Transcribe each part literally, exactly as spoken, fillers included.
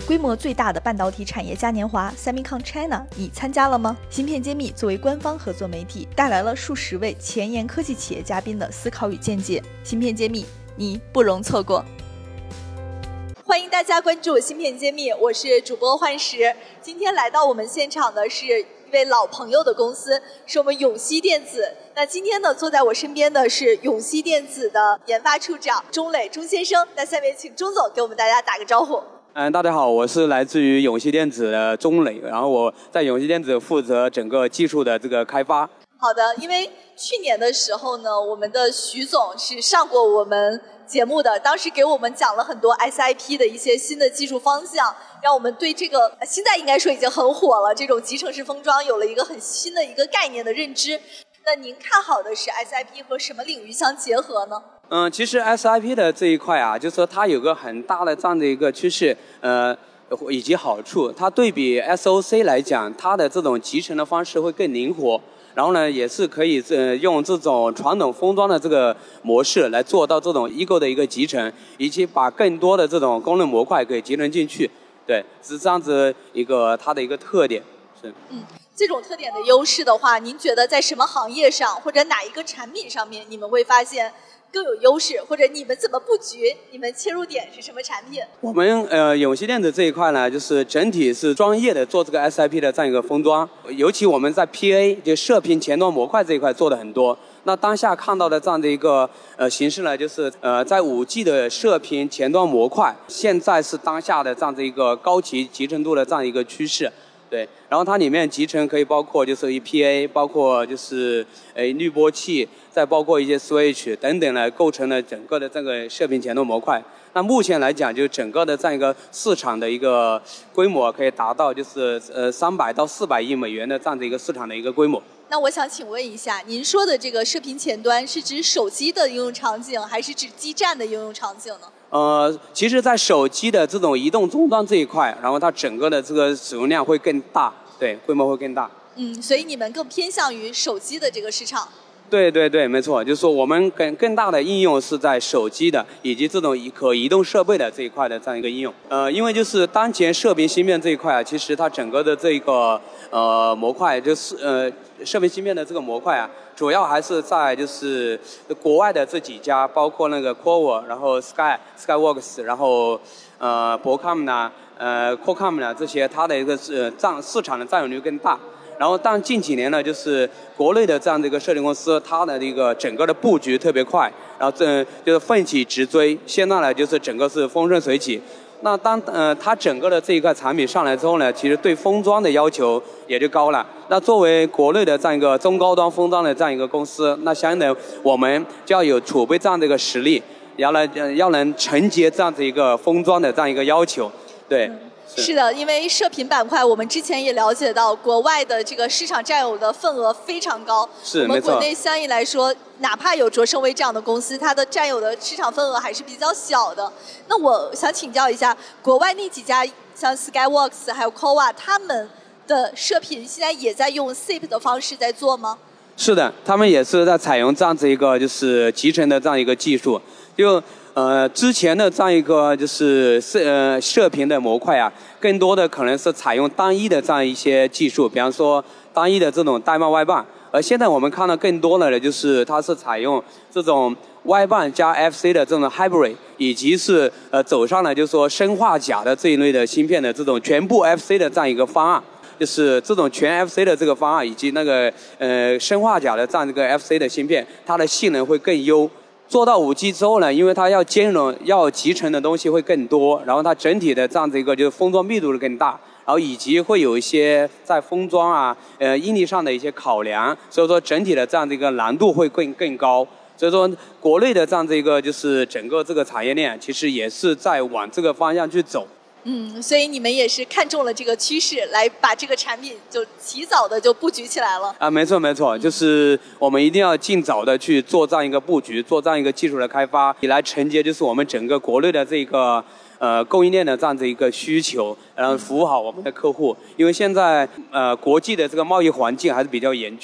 规模最大的半导体产业嘉年华 Semicon China， 你参加了吗？芯片揭秘作为官方合作媒体，带来了数十位前沿科技企业嘉宾的思考与见解。芯片揭秘，你不容错过。欢迎大家关注芯片揭秘，我是主播幻石。今天来到我们现场的是一位老朋友的公司，是我们永熙电子。那今天呢，坐在我身边的是永熙电子的研发处长钟磊钟先生。那下面请钟总给我们大家打个招呼。 嗯，大家好，我是来自于永熙电子的钟磊，然后我在永熙电子负责整个技术的这个开发。 好的，因为去年的时候呢，我们的徐总是上过我们节目的，当时给我们讲了很多 S I P 的一些新的技术方向，让我们对这个现在应该说已经很火了，这种集成式封装有了一个很新的一个概念的认知。那您看好的是 S I P 和什么领域相结合呢？ 嗯，其实 S I P 的这一块啊，就是说它有个很大的这样的一个趋势，呃，以及好处。它对比 S O C 来讲，它的这种集成的方式会更灵活。然后呢，也是可以呃用这种传统封装的这个模式来做到这种异构的一个集成，以及把更多的这种功能模块给集成进去。对，是这样子一个它的一个特点。是。 嗯。这种特点的优势的话，您觉得在什么行业上或者哪一个产品上面，你们会发现更有优势，或者你们怎么布局？你们切入点是什么产品？ 我们呃永熙电子这一块呢，就是整体是专业的做这个 S I P 的这样一个封装，尤其我们在 P A 就射频前端模块这一块做的很多。那当下看到的这样的一个呃形式呢，就是呃在 五 G 的射频前端模块，现在是当下的这样的一个高级集成度的这样一个趋势。对，然后它里面集成可以包括就是 E P A， 包括就是呃滤波器，再包括一些 switch 等等呢，构成了整个的这个射频前端模块。那目前来讲，就整个的这样一个市场的一个规模可以达到就是呃三百到四百亿美元的这样的一个市场的一个规模。 那我想请问一下，您说的这个射频前端是指手机的应用场景，还是指基站的应用场景呢？ 呃，其实，在手机的这种移动终端这一块，然后它整个的这个使用量会更大，对，规模会更大。 嗯，所以你们更偏向于手机的这个市场。 对对对，没错，就是说我们更更大的应用是在手机的以及这种可移动设备的这一块的这样一个应用。呃，因为就是当前射频芯片这一块啊，其实它整个的这个呃模块就是呃射频芯片的这个模块啊，主要还是在就是国外的这几家，包括那个 Qualcomm， 然后 Sky Skyworks， 然后呃 Broadcom 呢，呃 Qualcomm 呢这些，它的一个是占市场的占有率更大。然后，但近几年呢，就是国内的这样的一个设计公司，它的一个整个的布局特别快，然后这就是奋起直追。现在呢，就是整个是风生水起。那当呃它整个的这一块产品上来之后呢，其实对封装的要求也就高了。那作为国内的这样一个中高端封装的这样一个公司，那相应的我们就要有储备这样的一个实力，要来要能承接这样子一个封装的这样一个要求，对。嗯是, 是的，因为射频板块，我们之前也了解到，国外的这个市场占有的份额非常高。 是， 我们国内相应来说，哪怕有卓胜微这样的公司，它的占有的市场份额还是比较小的。那我想请教一下，国外那几家像 Skyworks 还有 Qualcomm， 他们的射频现在也在用 S I P 的方式在做吗？ 是的，他们也是在采用这样子一个就是集成的这样一个技术，就。呃，之前的这样一个就是射呃射频的模块啊，更多的可能是采用单一的这样一些技术，比方说单一的这种带貌外瓣。而现在我们看到更多的呢，就是它是采用这种外瓣加 F C 的这种 hybrid， 以及是呃走上了就是说砷化钾的这一类的芯片的这种全部 F C 的这样一个方案。就是这种全 F C 的这个方案，以及那个呃砷化钾的这样一个 F C 的芯片，它的性能会更优。做到 五 G 之后呢，因为它要兼容、要集成的东西会更多，然后它整体的这样子一个就是封装密度更大，然后以及会有一些在封装啊、呃应力上的一些考量，所以说整体的这样的一个难度会更更高。所以说，国内的这样的一个就是整个这个产业链，其实也是在往这个方向去走。 嗯，所以你们也是看中了这个趋势，来把这个产品就提早的就布局起来了。 啊，没错没错，就是我们一定要尽早的去做这样一个布局，做这样一个技术的开发，以来承接就是我们整个国内的这个呃供应链的这样子一个需求，然后服务好我们的客户。因为现在呃国际的这个贸易环境还是比较严峻。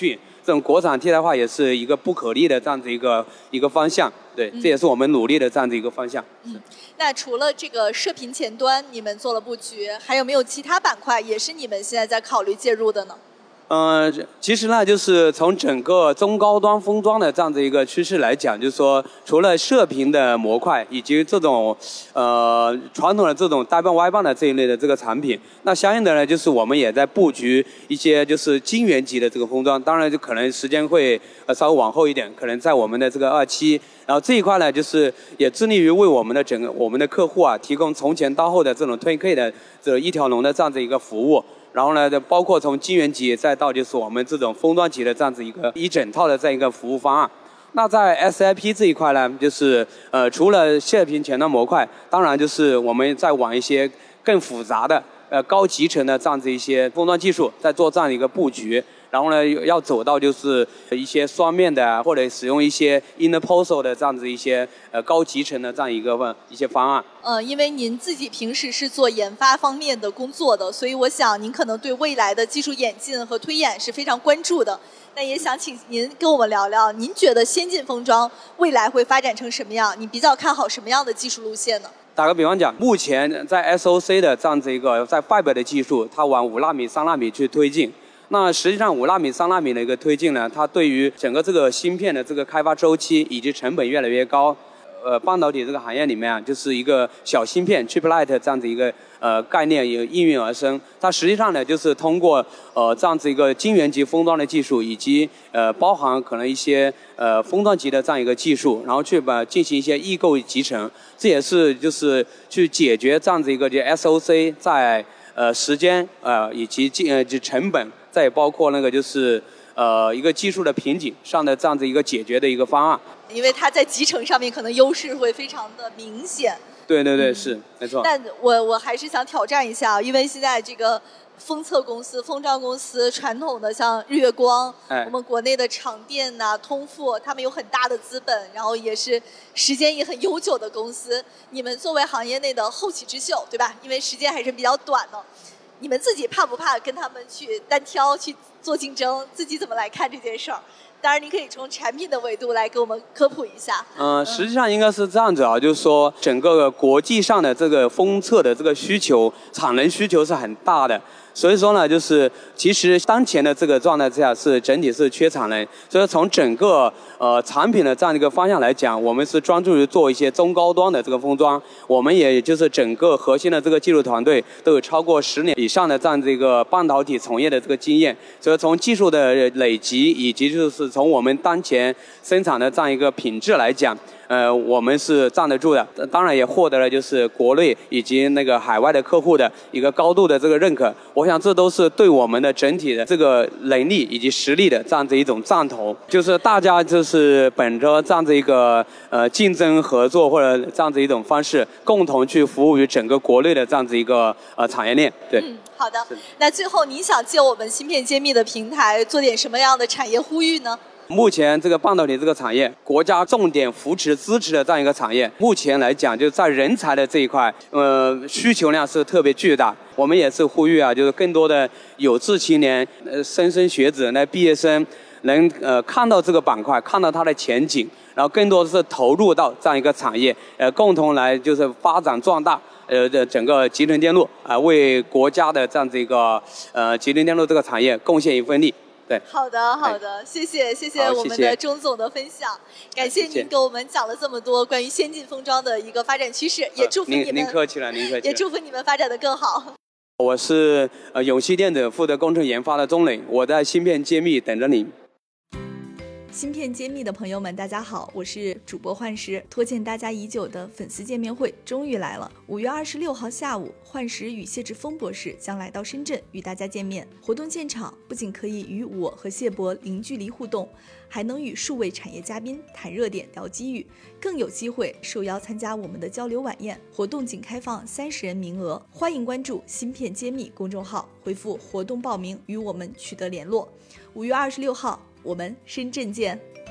这种国产替代化也是一个不可逆的这样子一个一个方向。对，这也是我们努力的这样子一个方向。 嗯，那除了这个射频前端你们做了布局，还有没有其他板块也是你们现在在考虑介入的呢？ 呃，其实呢，就是从整个中高端封装的这样的一个趋势来讲，就是说，除了射频的模块以及这种呃传统的这种带棒歪棒的这一类的这个产品，那相应的呢，就是我们也在布局一些就是晶圆级的这个封装，当然就可能时间会呃稍微往后一点，可能在我们的这个二期，然后这一块呢，就是也致力于为我们的整个我们的客户啊，提供从前到后的这种推 K 的这一条龙的这样子一个服务。然后呢，包括从晶圆级再到就是我们这种封装级的这样子一个一整套的这样一个服务方案。那在 S I P 这一块呢，就是呃除了射频前端模块，当然就是我们在往一些更复杂的呃高集成的这样子一些封装技术，在做这样一个布局。然后呢，要走到就是一些双面的，或者使用一些 interposer 的这样子一些呃高集成的这样一个一些方案。 呃，因为您自己平时是做研发方面的工作的，所以我想您可能对未来的技术演进和推演是非常关注的。那也想请您跟我们聊聊，您觉得先进封装未来会发展成什么样？你比较看好什么样的技术路线呢？ 打个比方讲，目前在 S O C 的这样子一个在 Fab 的技术，它往五纳米、三纳米去推进。那实际上五纳米、三纳米的一个推进呢，它对于整个这个芯片的这个开发周期以及成本越来越高。呃，半导体这个行业里面啊，就是一个小芯片 chiplet 这样子一个呃概念也应运而生。它实际上呢，就是通过呃这样子一个晶圆级封装的技术，以及呃包含可能一些呃封装级的这样一个技术，然后去把进行一些异构集成。这也是就是去解决这样子一个就 S O C 在呃时间呃以及进呃就成本。再也包括那个就是呃一个技术的瓶颈上的这样子一个解决的一个方案， 因为它在集成上面可能优势会非常的明显。 对对对， 嗯、 是没错。 但我我还是想挑战一下，因为现在这个封测公司、封装公司，传统的像日月光，哎、我们国内的长电呐、啊、通富，他们有很大的资本，然后也是时间也很悠久的公司。你们作为行业内的后起之秀，对吧？因为时间还是比较短的。你们自己怕不怕跟他们去单挑去做竞争？自己怎么来看这件事儿？当然，你可以从产品的维度来给我们科普一下。 嗯、呃，实际上应该是这样子啊，就是说整个国际上的这个封测的这个需求，产能需求是很大的。所以说呢，就是其实当前的这个状态之下是整体是缺产能，所以从整个呃产品的这样一个方向来讲，我们是专注于做一些中高端的这个封装，我们也就是整个核心的这个技术团队都有超过十年以上的这样这个半导体从业的这个经验，所以从技术的累积以及就是从我们当前生产的这样一个品质来讲。呃，我们是站得住的，当然也获得了就是国内以及那个海外的客户的一个高度的这个认可。我想这都是对我们的整体的这个能力以及实力的这样子一种赞同。就是大家就是本着这样子一个呃竞争合作或者这样子一种方式，共同去服务于整个国内的这样子一个呃产业链。对。 嗯，好的。那最后您想借我们芯片揭秘的平台做点什么样的产业呼吁呢？ 目前这个半导体这个产业，国家重点扶持支持的这样一个产业，目前来讲，就在人才的这一块，呃，需求量是特别巨大。我们也是呼吁啊，就是更多的有志青年、呃，莘莘学子、那毕业生，能呃看到这个板块，看到它的前景，然后更多的是投入到这样一个产业，呃，共同来就是发展壮大。呃，的整个集成电路啊、呃，为国家的这样子一个呃集成电路这个产业贡献一份力。对， 好的好的，谢谢谢谢我们的钟总的分享，感谢您给我们讲了这么多关于先进封装的一个发展趋势，也祝福你们。 您客气了，您客气了。 也祝福你们发展的更好。 我是呃永熙电子负责工程研发的钟磊，我在芯片揭秘等着你。 芯片揭秘的朋友们，大家好，我是主播幻石。拖欠大家已久的粉丝见面会终于来了。五月二十六号下午，幻石与谢志峰博士将来到深圳与大家见面。活动现场不仅可以与我和谢博零距离互动，还能与数位产业嘉宾谈热点、聊机遇，更有机会受邀参加我们的交流晚宴。活动仅开放三十人名额，欢迎关注芯片揭秘公众号，回复活动报名与我们取得联络。五月二十六号。我们深圳见。